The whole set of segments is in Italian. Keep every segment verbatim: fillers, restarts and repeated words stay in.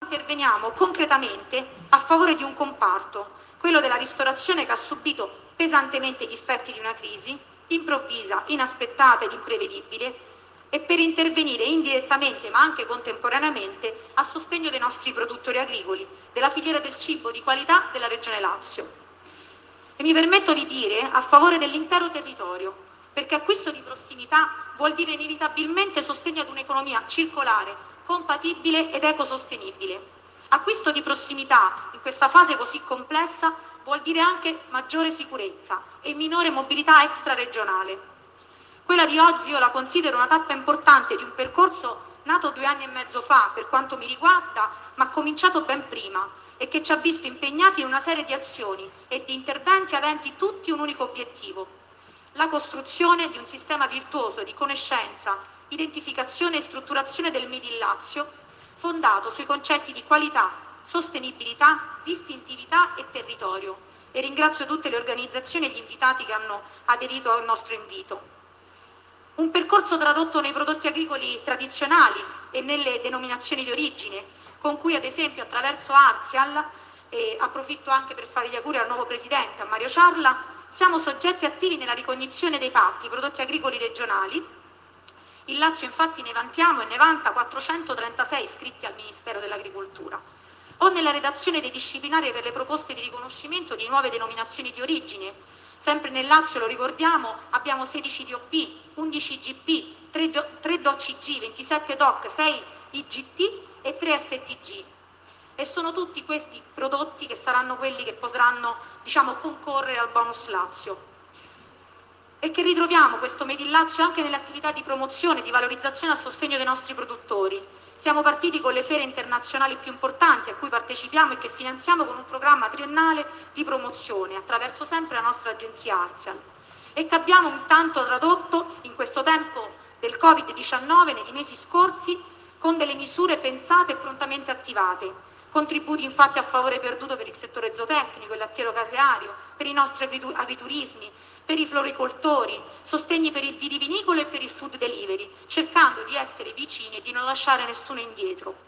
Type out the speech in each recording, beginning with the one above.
interveniamo concretamente a favore di un comparto, quello della ristorazione, che ha subito pesantemente gli effetti di una crisi improvvisa, inaspettata ed imprevedibile, e per intervenire indirettamente ma anche contemporaneamente a sostegno dei nostri produttori agricoli, della filiera del cibo di qualità della Regione Lazio. E mi permetto di dire a favore dell'intero territorio, perché acquisto di prossimità vuol dire inevitabilmente sostegno ad un'economia circolare, compatibile ed ecosostenibile. Acquisto di prossimità in questa fase così complessa vuol dire anche maggiore sicurezza e minore mobilità extraregionale. Quella di oggi io la considero una tappa importante di un percorso nato due anni e mezzo fa per quanto mi riguarda, ma cominciato ben prima e che ci ha visto impegnati in una serie di azioni e di interventi aventi tutti un unico obiettivo: la costruzione di un sistema virtuoso di conoscenza, identificazione e strutturazione del Made in Lazio, fondato sui concetti di qualità, sostenibilità, distintività e territorio. E ringrazio tutte le organizzazioni e gli invitati che hanno aderito al nostro invito. Un percorso tradotto nei prodotti agricoli tradizionali e nelle denominazioni di origine, con cui ad esempio attraverso Arzial, e approfitto anche per fare gli auguri al nuovo presidente, a Mario Ciarla, siamo soggetti attivi nella ricognizione dei patti, prodotti agricoli regionali. In Lazio infatti ne vantiamo e ne vanta quattrocentotrentasei iscritti al Ministero dell'Agricoltura. O nella redazione dei disciplinari per le proposte di riconoscimento di nuove denominazioni di origine. Sempre nel Lazio, lo ricordiamo, abbiamo sedici D O P, undici I G P, tre D O C G, ventisette D O C, sei I G T e tre S T G. E sono tutti questi prodotti che saranno quelli che potranno, diciamo, concorrere al bonus Lazio. E che ritroviamo questo Made in Lazio anche nelle attività di promozione, di valorizzazione a sostegno dei nostri produttori. Siamo partiti con le fiere internazionali più importanti a cui partecipiamo e che finanziamo con un programma triennale di promozione attraverso sempre la nostra agenzia Arzial, e che abbiamo intanto tradotto in questo tempo del Covid diciannove, nei mesi scorsi, con delle misure pensate e prontamente attivate. Contributi infatti a favore perduto per il settore zootecnico e lattiero-caseario, per i nostri agriturismi, per i floricoltori, sostegni per il vitivinicolo e per il food delivery, cercando di essere vicini e di non lasciare nessuno indietro.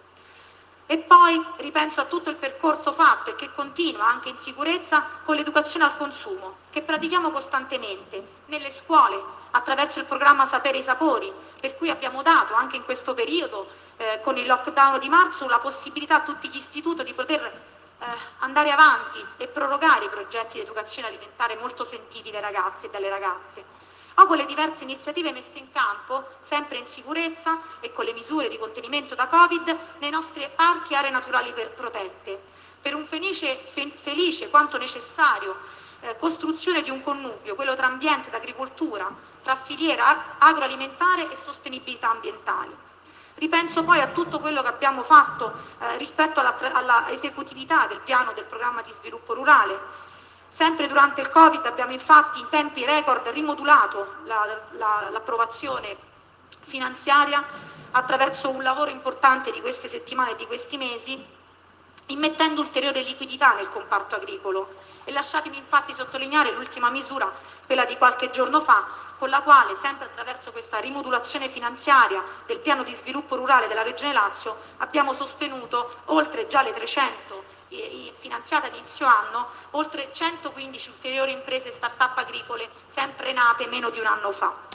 E poi ripenso a tutto il percorso fatto e che continua anche in sicurezza con l'educazione al consumo, che pratichiamo costantemente nelle scuole attraverso il programma Sapere i Sapori, per cui abbiamo dato anche in questo periodo, eh, con il lockdown di marzo, la possibilità a tutti gli istituti di poter eh, andare avanti e prorogare i progetti di educazione alimentare molto sentiti dai ragazzi e dalle ragazze. O con le diverse iniziative messe in campo, sempre in sicurezza e con le misure di contenimento da Covid, nei nostri parchi e aree naturali per protette, per un felice, fe, felice quanto necessario eh, costruzione di un connubio, quello tra ambiente ed agricoltura, tra filiera agroalimentare e sostenibilità ambientale. Ripenso poi a tutto quello che abbiamo fatto eh, rispetto alla, alla esecutività del piano del programma di sviluppo rurale. Sempre durante il Covid abbiamo infatti in tempi record rimodulato l'approvazione la, la, finanziaria attraverso un lavoro importante di queste settimane e di questi mesi, immettendo ulteriore liquidità nel comparto agricolo. E lasciatemi infatti sottolineare l'ultima misura, quella di qualche giorno fa, con la quale, sempre attraverso questa rimodulazione finanziaria del piano di sviluppo rurale della Regione Lazio, abbiamo sostenuto, oltre già le trecento finanziate ad inizio anno, oltre centoquindici ulteriori imprese e start-up agricole sempre nate meno di un anno fa.